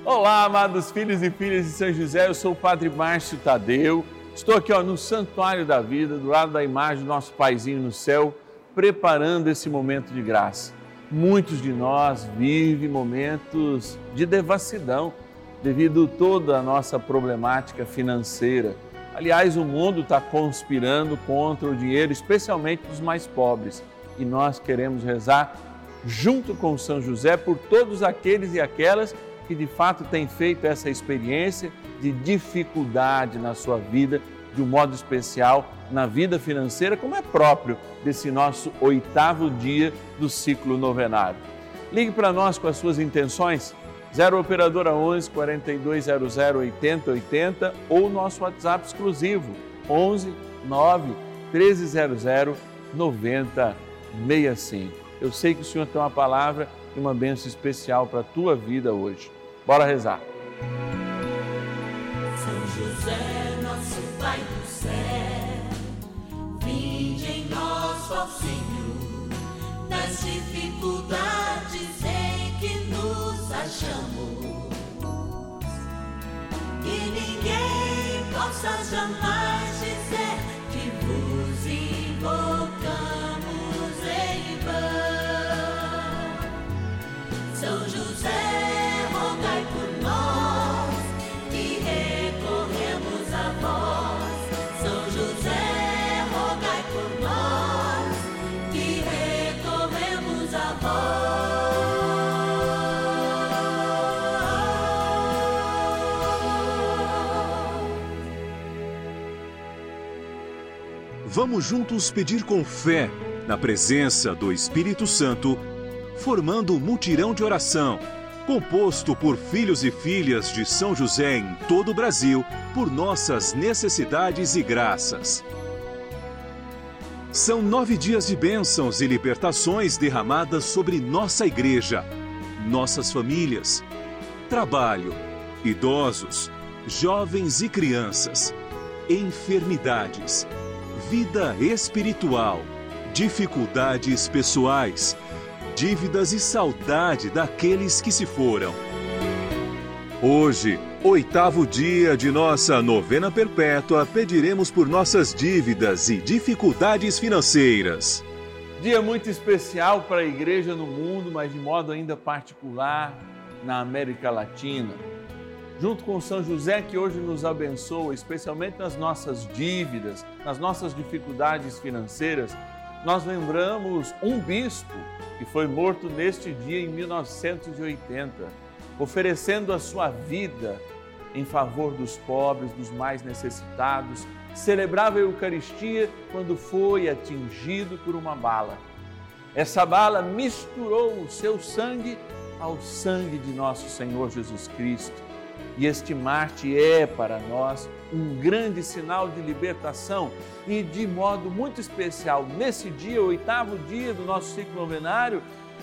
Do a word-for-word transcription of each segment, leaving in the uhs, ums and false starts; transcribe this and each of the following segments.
Olá, amados filhos e filhas de São José, eu sou o Padre Márcio Tadeu, estou aqui ó, no Santuário da Vida, do lado da imagem do nosso Paizinho no céu, preparando esse momento de graça. Muitos de nós vivem momentos de devassidão devido a toda a nossa problemática financeira. Aliás, o mundo está conspirando contra o dinheiro, especialmente dos mais pobres. E nós queremos rezar junto com São José por todos aqueles e aquelas que de fato têm feito essa experiência de dificuldade na sua vida, de um modo especial na vida financeira, como é próprio desse nosso oitavo dia do ciclo novenário. Ligue para nós com as suas intenções, zero operadora onze, quarenta e dois zero zero, oitenta oitenta ou nosso WhatsApp exclusivo, onze, nove, treze zero zero, noventa sessenta e cinco. Eu sei que o Senhor tem uma palavra e uma bênção especial para a tua vida hoje. Bora rezar. São José, nosso Pai do céu, vinde em nós, ó Senhor, nas dificuldades em que nos achamos, que ninguém possa jamais dizer que vos invocamos em vão. São José, rogai por nós, que recorremos a vós. São José, rogai por nós, que recorremos a vós. Vamos juntos pedir com fé, na presença do Espírito Santo, formando um mutirão de oração, composto por filhos e filhas de São José em todo o Brasil, por nossas necessidades e graças. São nove dias de bênçãos e libertações derramadas sobre nossa igreja, nossas famílias, trabalho, idosos, jovens e crianças, enfermidades, vida espiritual, dificuldades pessoais, dívidas e saudade daqueles que se foram. Hoje, oitavo dia de nossa novena perpétua, pediremos por nossas dívidas e dificuldades financeiras. Dia muito especial para a igreja no mundo, mas de modo ainda particular na América Latina. Junto com São José, que hoje nos abençoa, especialmente nas nossas dívidas, nas nossas dificuldades financeiras, nós lembramos um bispo que foi morto neste dia em mil novecentos e oitenta, oferecendo a sua vida em favor dos pobres, dos mais necessitados, celebrava a Eucaristia quando foi atingido por uma bala. Essa bala misturou o seu sangue ao sangue de nosso Senhor Jesus Cristo. E este Marte é para nós um grande sinal de libertação e de modo muito especial, nesse dia, oitavo dia do nosso ciclo novenário,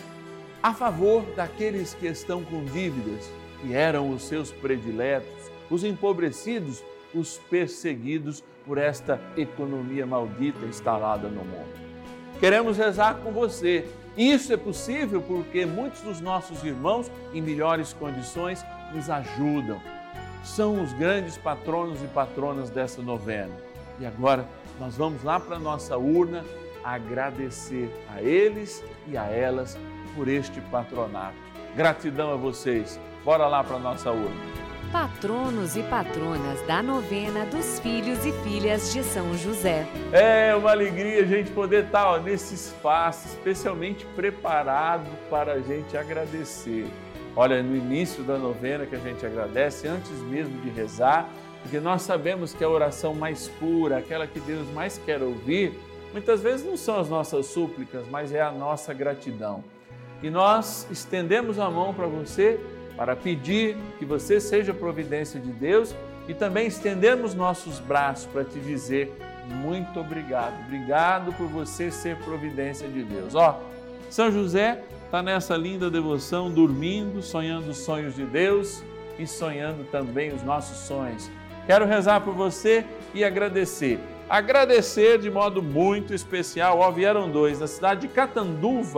a favor daqueles que estão com dívidas, que eram os seus prediletos, os empobrecidos, os perseguidos por esta economia maldita instalada no mundo. Queremos rezar com você. Isso é possível porque muitos dos nossos irmãos em melhores condições nos ajudam. São os grandes patronos e patronas dessa novena. E agora nós vamos lá para a nossa urna agradecer a eles e a elas por este patronato. Gratidão a vocês. Bora lá para a nossa urna. Patronos e patronas da novena dos filhos e filhas de São José. É uma alegria a gente poder estar ó, nesse espaço, especialmente preparado para a gente agradecer. Olha, no início da novena que a gente agradece, antes mesmo de rezar, porque nós sabemos que a oração mais pura, aquela que Deus mais quer ouvir, muitas vezes não são as nossas súplicas, mas é a nossa gratidão. E nós estendemos a mão para você, para pedir que você seja providência de Deus e também estendemos nossos braços para te dizer muito obrigado. Obrigado por você ser providência de Deus. Ó, São José está nessa linda devoção, dormindo, sonhando os sonhos de Deus e sonhando também os nossos sonhos. Quero rezar por você e agradecer. Agradecer de modo muito especial. Ó, vieram dois, da cidade de Catanduva,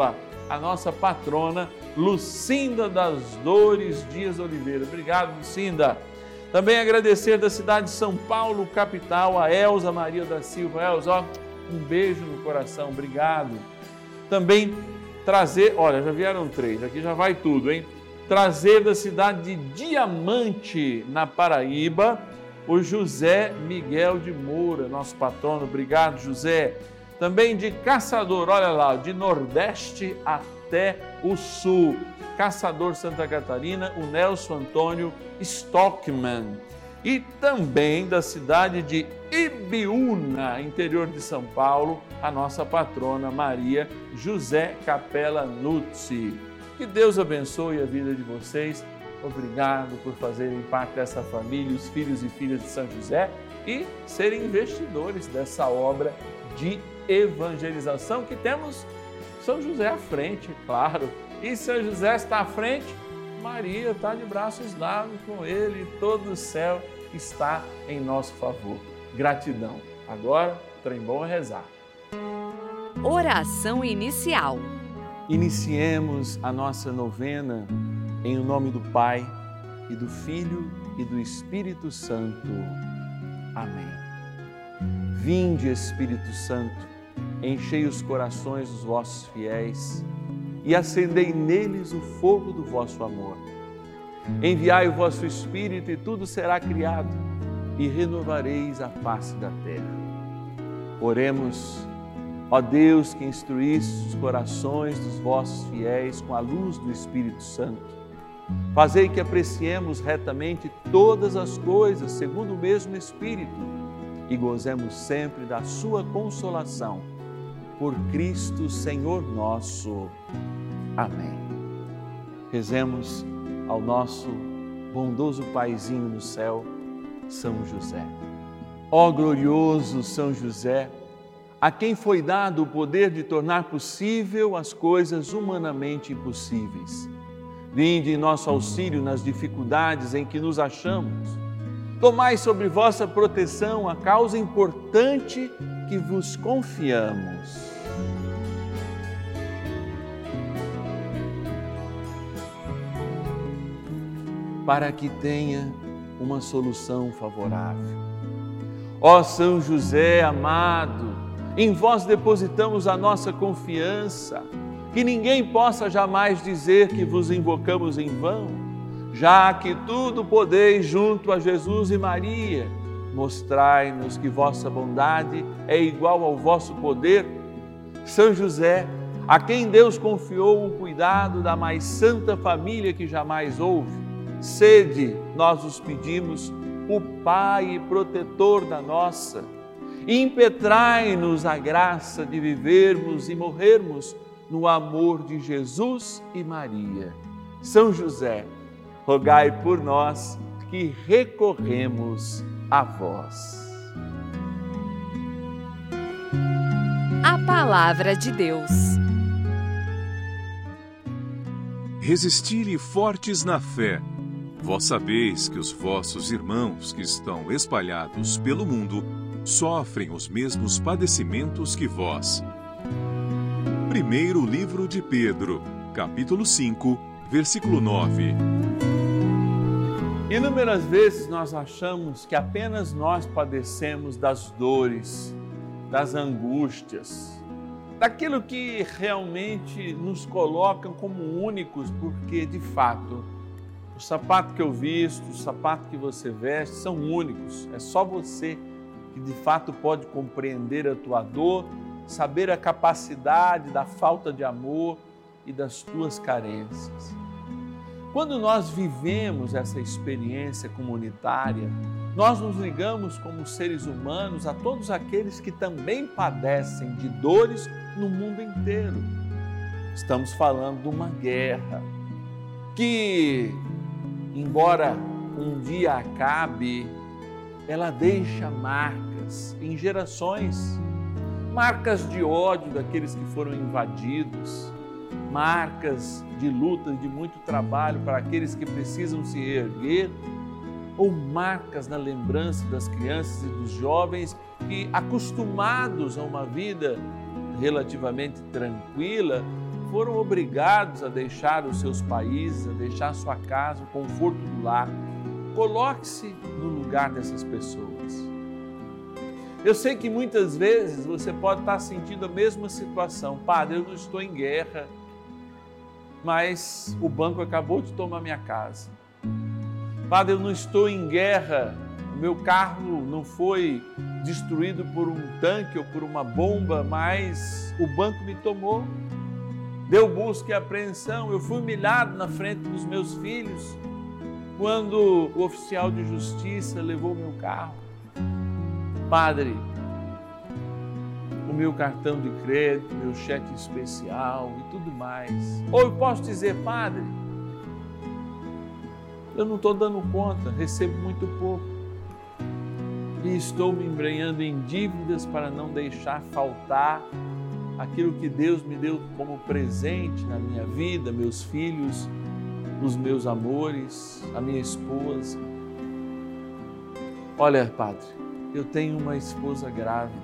a nossa patrona Lucinda das Dores Dias Oliveira. Obrigado, Lucinda. Também agradecer da cidade de São Paulo, capital, a Elza Maria da Silva. Elza, ó, um beijo no coração, obrigado. Também trazer, olha, já vieram três, aqui já vai tudo, hein? Trazer da cidade de Diamante, na Paraíba, o José Miguel de Moura, nosso patrono. Obrigado, José. Também de Caçador, olha lá, de Nordeste até o Sul. Caçador, Santa Catarina, o Nelson Antônio Stockman. E também da cidade de Ibiúna, interior de São Paulo, a nossa patrona Maria José Capella Nuzzi. Que Deus abençoe a vida de vocês. Obrigado por fazerem parte dessa família, os filhos e filhas de São José, e serem investidores dessa obra de evangelização que temos São José à frente, claro. E São José está à frente, Maria está de braços dados com ele, todo o céu está em nosso favor. Gratidão. Agora, o trem bom é rezar. Oração inicial. Iniciemos a nossa novena em nome do Pai, e do Filho, e do Espírito Santo. Amém. Vinde, Espírito Santo, enchei os corações dos vossos fiéis e acendei neles o fogo do vosso amor. Enviai o vosso Espírito e tudo será criado, e renovareis a face da terra. Oremos. Ó Deus, que instruísse os corações dos vossos fiéis com a luz do Espírito Santo, fazei que apreciemos retamente todas as coisas segundo o mesmo Espírito e gozemos sempre da sua consolação. Por Cristo, Senhor nosso. Amém. Rezemos ao nosso bondoso Paizinho no céu, São José. Ó glorioso São José, a quem foi dado o poder de tornar possível as coisas humanamente impossíveis. Vinde em nosso auxílio nas dificuldades em que nos achamos. Tomai sobre vossa proteção a causa importante que vos confiamos. Para que tenha uma solução favorável. Ó São José amado, em vós depositamos a nossa confiança, que ninguém possa jamais dizer que vos invocamos em vão, já que tudo podeis junto a Jesus e Maria. Mostrai-nos que vossa bondade é igual ao vosso poder. São José, a quem Deus confiou o cuidado da mais santa família que jamais houve, sede, nós os pedimos, o Pai e protetor da nossa, e impetrai-nos a graça de vivermos e morrermos no amor de Jesus e Maria. São José, rogai por nós que recorremos a vós. A Palavra de Deus. Resisti-lhe fortes na fé. Vós sabeis que os vossos irmãos que estão espalhados pelo mundo sofrem os mesmos padecimentos que vós. Primeiro livro de Pedro, capítulo cinco, versículo nove. Inúmeras vezes nós achamos que apenas nós padecemos das dores, das angústias, daquilo que realmente nos colocam como únicos, porque de fato o sapato que eu visto, o sapato que você veste são únicos. É só você que de fato pode compreender a tua dor, saber a capacidade da falta de amor e das tuas carências. Quando nós vivemos essa experiência comunitária, nós nos ligamos como seres humanos a todos aqueles que também padecem de dores no mundo inteiro. Estamos falando de uma guerra que, embora um dia acabe, ela deixa marcas em gerações, marcas de ódio daqueles que foram invadidos, marcas de lutas, de muito trabalho para aqueles que precisam se erguer, ou marcas na lembrança das crianças e dos jovens que, acostumados a uma vida relativamente tranquila, foram obrigados a deixar os seus países, a deixar a sua casa, o conforto do lar. Coloque-se no lugar dessas pessoas. Eu sei que muitas vezes você pode estar sentindo a mesma situação. Padre, eu não estou em guerra, mas o banco acabou de tomar minha casa. Padre, eu não estou em guerra, o meu carro não foi destruído por um tanque ou por uma bomba, mas o banco me tomou. Deu busca e apreensão, eu fui humilhado na frente dos meus filhos quando o oficial de justiça levou meu carro. Padre, o meu cartão de crédito, meu cheque especial e tudo mais. Ou eu posso dizer, Padre, eu não estou dando conta, recebo muito pouco e estou me embrenhando em dívidas para não deixar faltar aquilo que Deus me deu como presente na minha vida, meus filhos, os meus amores, a minha esposa. Olha, Padre, eu tenho uma esposa grávida.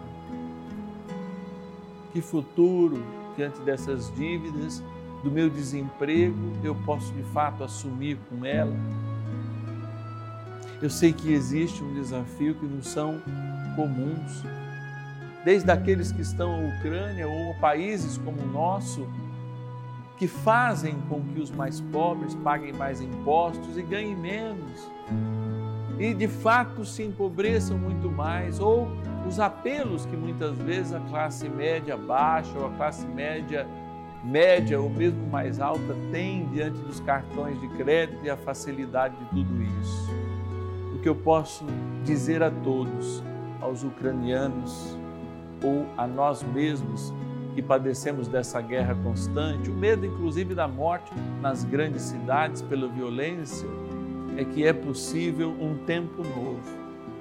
Que futuro, diante dessas dívidas, do meu desemprego, eu posso de fato assumir com ela? Eu sei que existe um desafio que não são comuns. Desde aqueles que estão na Ucrânia ou países como o nosso, que fazem com que os mais pobres paguem mais impostos e ganhem menos. E de fato se empobreçam muito mais, ou os apelos que muitas vezes a classe média baixa ou a classe média média ou mesmo mais alta tem diante dos cartões de crédito e a facilidade de tudo isso. O que eu posso dizer a todos, aos ucranianos ou a nós mesmos que padecemos dessa guerra constante, o medo inclusive da morte nas grandes cidades pela violência, é que é possível um tempo novo.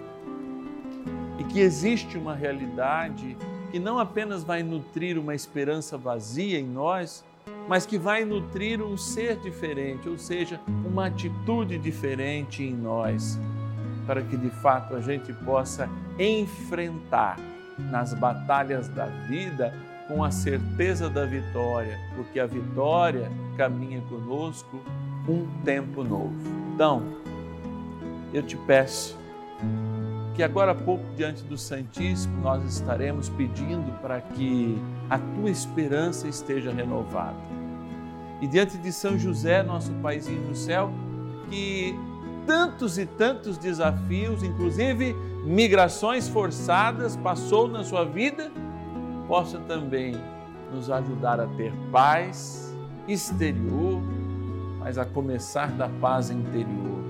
E que existe uma realidade que não apenas vai nutrir uma esperança vazia em nós, mas que vai nutrir um ser diferente, ou seja, uma atitude diferente em nós, para que de fato a gente possa enfrentar nas batalhas da vida com a certeza da vitória, porque a vitória caminha conosco um tempo novo. Então, eu te peço que agora há pouco, diante do Santíssimo, nós estaremos pedindo para que a tua esperança esteja renovada. E diante de São José, nosso paizinho no céu, que tantos e tantos desafios, inclusive migrações forçadas, passou na sua vida, possa também nos ajudar a ter paz exterior, mas a começar da paz interior.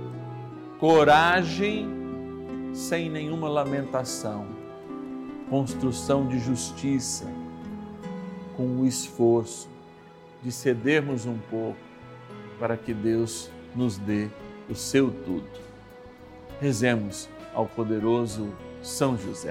Coragem sem nenhuma lamentação, construção de justiça com o esforço de cedermos um pouco para que Deus nos dê o seu tudo. Rezemos ao poderoso São José.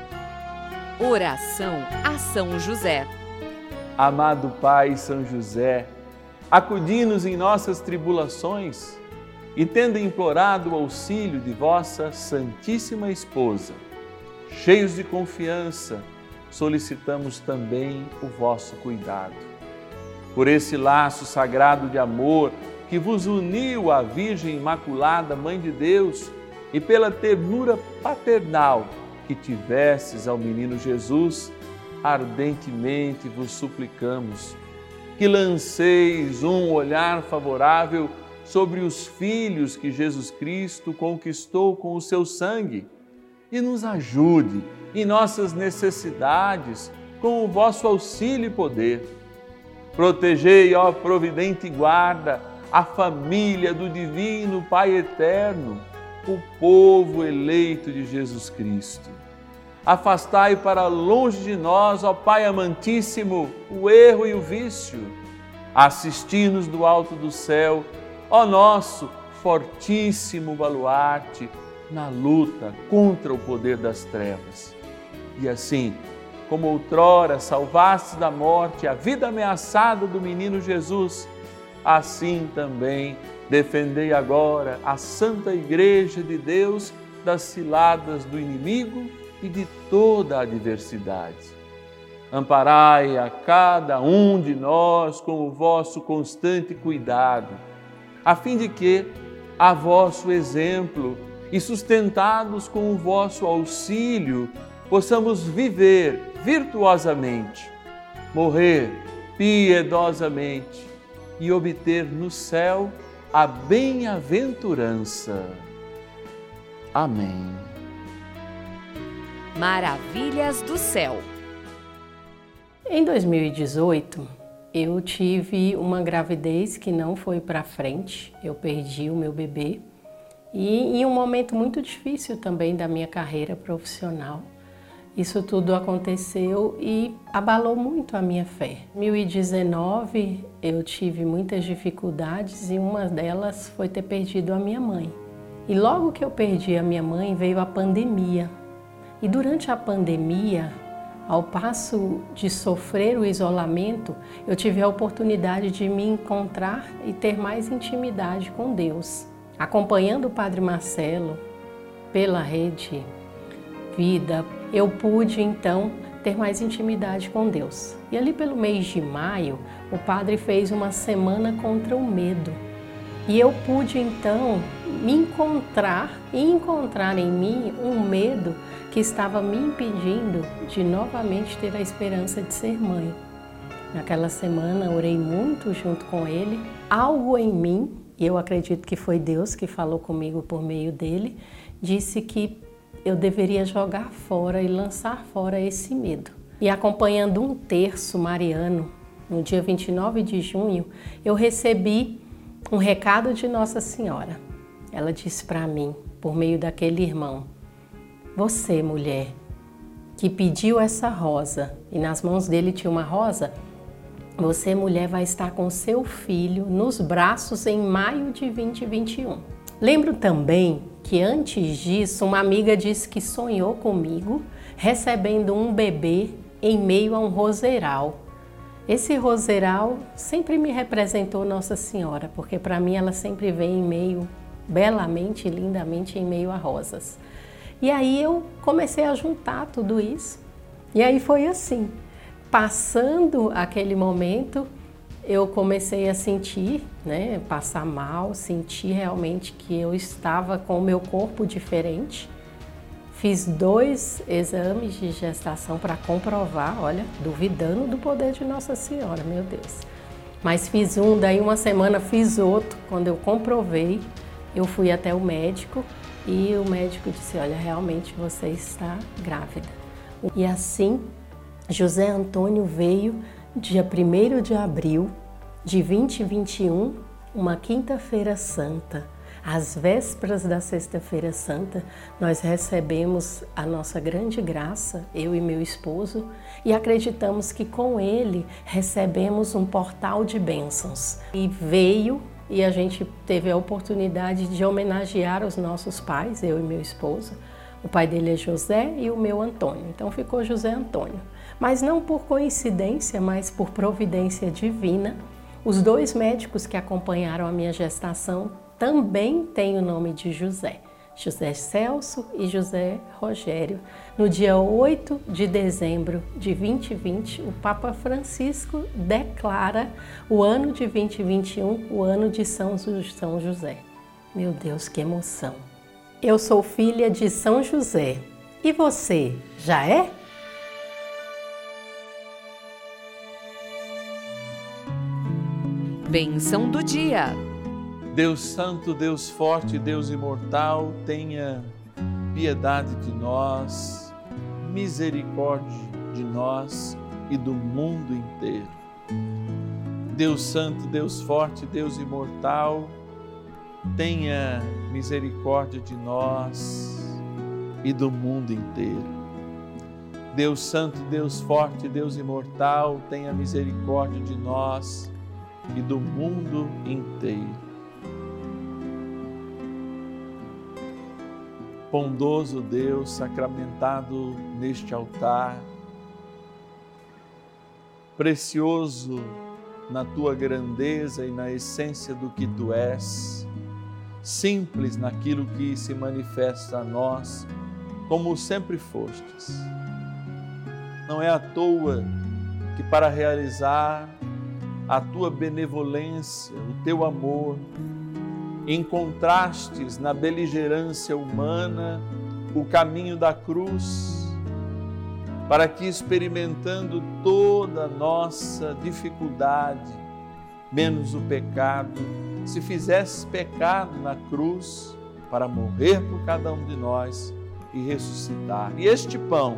Oração a São José. Amado Pai São José, acudi-nos em nossas tribulações e, tendo implorado o auxílio de vossa Santíssima Esposa, cheios de confiança, solicitamos também o vosso cuidado. Por esse laço sagrado de amor que vos uniu à Virgem Imaculada, Mãe de Deus, e pela ternura paternal que tivesses ao menino Jesus, ardentemente vos suplicamos que lanceis um olhar favorável sobre os filhos que Jesus Cristo conquistou com o seu sangue e nos ajude em nossas necessidades com o vosso auxílio e poder. Protegei, ó providente guarda, a família do Divino Pai Eterno, o povo eleito de Jesus Cristo. Afastai para longe de nós, ó Pai amantíssimo, o erro e o vício. Assisti-nos do alto do céu, ó nosso fortíssimo baluarte, na luta contra o poder das trevas. E assim, como outrora salvaste da morte a vida ameaçada do menino Jesus, assim também defendei agora a Santa Igreja de Deus das ciladas do inimigo e de toda a adversidade. Amparai a cada um de nós com o vosso constante cuidado, a fim de que, a vosso exemplo e sustentados com o vosso auxílio, possamos viver virtuosamente, morrer piedosamente e obter no céu a bem-aventurança. Amém. Maravilhas do céu. Em dois mil e dezoito, eu tive uma gravidez que não foi para frente, eu perdi o meu bebê e em um momento muito difícil também da minha carreira profissional. Isso tudo aconteceu e abalou muito a minha fé. Em dois mil e dezenove, eu tive muitas dificuldades e uma delas foi ter perdido a minha mãe. E logo que eu perdi a minha mãe, veio a pandemia. E durante a pandemia, ao passo de sofrer o isolamento, eu tive a oportunidade de me encontrar e ter mais intimidade com Deus. Acompanhando o Padre Marcelo pela Rede Vida, eu pude então ter mais intimidade com Deus. E ali pelo mês de maio, o Padre fez uma semana contra o medo. E eu pude então me encontrar e encontrar em mim um medo que estava me impedindo de novamente ter a esperança de ser mãe. Naquela semana orei muito junto com ele. Algo em mim, e eu acredito que foi Deus que falou comigo por meio dele, disse que eu deveria jogar fora e lançar fora esse medo. E acompanhando um terço mariano, no dia vinte e nove de junho, eu recebi um recado de Nossa Senhora. Ela disse para mim, por meio daquele irmão: você, mulher, que pediu essa rosa, e nas mãos dele tinha uma rosa, você, mulher, vai estar com seu filho nos braços em maio de dois mil e vinte e um. Lembro também que antes disso, uma amiga disse que sonhou comigo recebendo um bebê em meio a um roseiral. Esse roseiral sempre me representou Nossa Senhora, porque para mim ela sempre vem em meio, belamente e lindamente em meio a rosas. E aí eu comecei a juntar tudo isso. E aí foi assim, passando aquele momento, eu comecei a sentir, né, passar mal, sentir realmente que eu estava com o meu corpo diferente. Fiz dois exames de gestação para comprovar, olha, duvidando do poder de Nossa Senhora, meu Deus. Mas fiz um, daí uma semana fiz outro. Quando eu comprovei, eu fui até o médico e o médico disse: olha, realmente você está grávida. E assim, José Antônio veio dia primeiro de abril de dois mil e vinte e um, uma quinta-feira santa. Às vésperas da sexta-feira santa, nós recebemos a nossa grande graça, eu e meu esposo, e acreditamos que com ele recebemos um portal de bênçãos. E veio e a gente teve a oportunidade de homenagear os nossos pais, eu e meu esposo. O pai dele é José e o meu Antônio, então ficou José Antônio. Mas não por coincidência, mas por providência divina, os dois médicos que acompanharam a minha gestação também têm o nome de José, José Celso e José Rogério. No dia oito de dezembro de dois mil e vinte, o Papa Francisco declara o ano de dois mil e vinte e um o ano de São José. Meu Deus, que emoção! Eu sou filha de São José. E você, já é? Bênção do dia. Deus Santo, Deus Forte, Deus Imortal, tenha piedade de nós, misericórdia de nós e do mundo inteiro. Deus Santo, Deus Forte, Deus Imortal, tenha misericórdia de nós e do mundo inteiro. Deus Santo, Deus Forte, Deus Imortal, tenha misericórdia de nós e do mundo inteiro. Bondoso Deus, sacramentado neste altar, precioso na tua grandeza e na essência do que tu és, simples naquilo que se manifesta a nós, como sempre fostes. Não é à toa que para realizar a tua benevolência, o teu amor, encontrastes na beligerância humana o caminho da cruz, para que, experimentando toda a nossa dificuldade, menos o pecado, se fizesse pecado na cruz para morrer por cada um de nós e ressuscitar. E este pão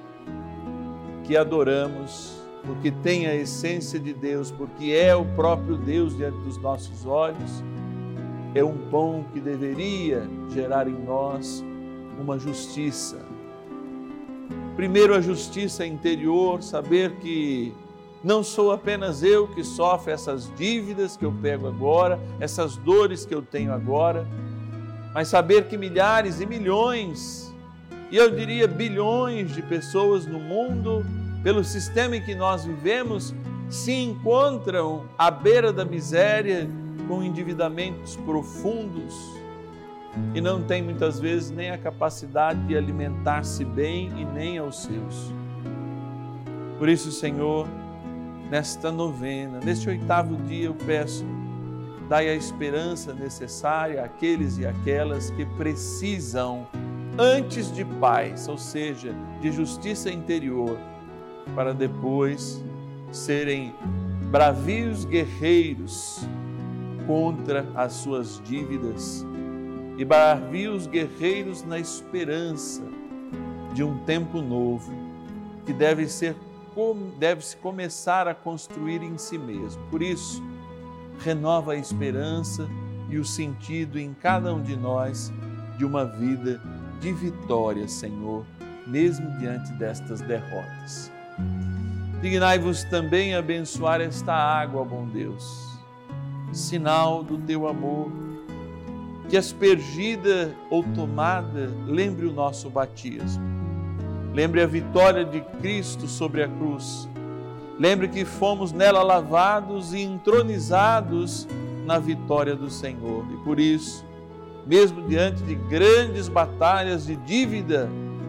que adoramos, porque tem a essência de Deus, porque é o próprio Deus diante dos nossos olhos, é um pão que deveria gerar em nós uma justiça. Primeiro, a justiça interior, saber que não sou apenas eu que sofro essas dívidas que eu pego agora, essas dores que eu tenho agora, mas saber que milhares e milhões, e eu diria bilhões de pessoas no mundo, pelo sistema em que nós vivemos, se encontram à beira da miséria, com endividamentos profundos e não têm muitas vezes nem a capacidade de alimentar-se bem e nem aos seus. Por isso, Senhor, nesta novena, neste oitavo dia, eu peço, dai a esperança necessária àqueles e aquelas que precisam, antes de paz, ou seja, de justiça interior, para depois serem bravios guerreiros contra as suas dívidas e bravios guerreiros na esperança de um tempo novo que deve ser deve-se começar a construir em si mesmo. Por isso, renova a esperança e o sentido em cada um de nós de uma vida de vitória, Senhor, mesmo diante destas derrotas. Dignai-vos também abençoar esta água, bom Deus, sinal do teu amor, que aspergida ou tomada lembre o nosso batismo, lembre a vitória de Cristo sobre a cruz, lembre que fomos nela lavados e entronizados na vitória do Senhor. E por isso, mesmo diante de grandes batalhas de dívida,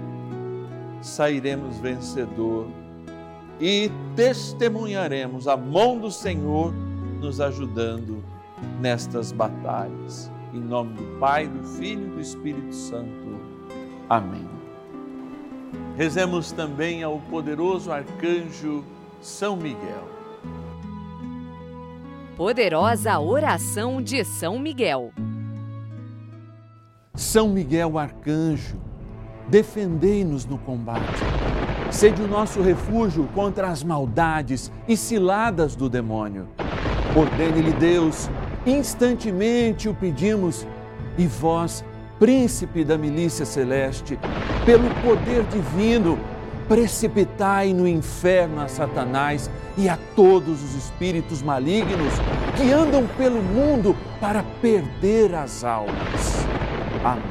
sairemos vencedor e testemunharemos a mão do Senhor nos ajudando nestas batalhas. Em nome do Pai, do Filho e do Espírito Santo. Amém. Rezemos também ao poderoso arcanjo São Miguel. Poderosa oração de São Miguel. São Miguel arcanjo, defendei-nos no combate. Sede o nosso refúgio contra as maldades e ciladas do demônio. Ordene-lhe Deus, instantemente o pedimos, e vós, príncipe da milícia celeste, pelo poder divino, precipitai no inferno a Satanás e a todos os espíritos malignos que andam pelo mundo para perder as almas. Amém.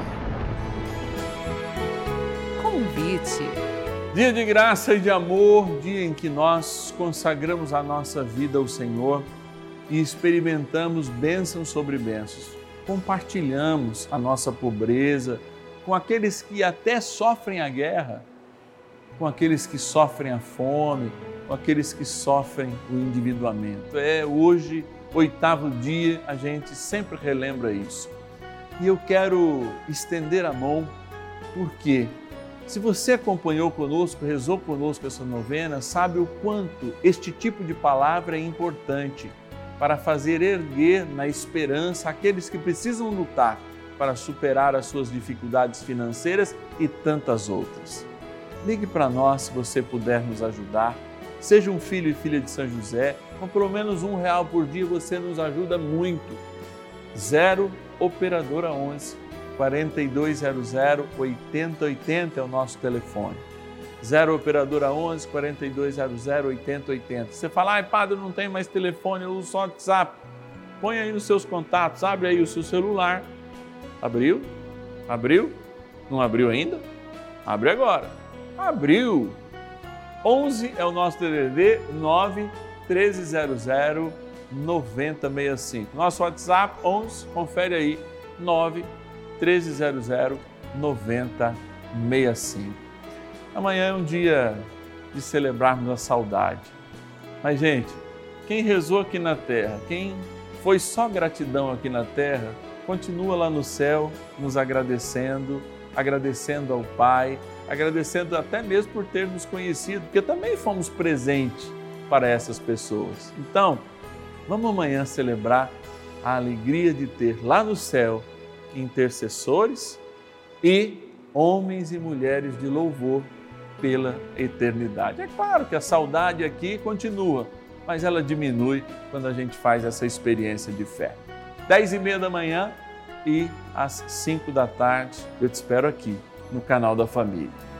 Convite. Dia de graça e de amor, dia em que nós consagramos a nossa vida ao Senhor e experimentamos bênçãos sobre bênçãos. Compartilhamos a nossa pobreza com aqueles que até sofrem a guerra, com aqueles que sofrem a fome, com aqueles que sofrem o endividamento. É hoje, oitavo dia, a gente sempre relembra isso. E eu quero estender a mão, porque se você acompanhou conosco, rezou conosco essa novena, sabe o quanto este tipo de palavra é importante para fazer erguer na esperança aqueles que precisam lutar para superar as suas dificuldades financeiras e tantas outras. Ligue para nós se você puder nos ajudar. Seja um filho e filha de São José, com pelo menos um real por dia você nos ajuda muito. Zero Operadora onze, quarenta e dois zero zero, oitenta oitenta é o nosso telefone. Zero Operadora onze, quarenta e dois zero zero, oitenta oitenta. Você fala, ai padre, eu não tenho mais telefone, eu uso só WhatsApp. Põe aí nos seus contatos, abre aí o seu celular. Abriu? Abriu? Não abriu ainda? Abre agora. Abriu! onze é o nosso D D D, nove treze zero zero, noventa sessenta e cinco. Nosso WhatsApp, onze, confere aí, nove treze zero zero, noventa sessenta e cinco. Amanhã é um dia de celebrarmos a saudade. Mas, gente, quem rezou aqui na terra, quem foi só gratidão aqui na terra, continua lá no céu nos agradecendo, agradecendo ao Pai, agradecendo até mesmo por ter nos conhecido, porque também fomos presentes para essas pessoas. Então, vamos amanhã celebrar a alegria de ter lá no céu intercessores e homens e mulheres de louvor pela eternidade. É claro que a saudade aqui continua, mas ela diminui quando a gente faz essa experiência de fé. Dez e meia da manhã e às cinco da tarde, eu te espero aqui no canal da Família.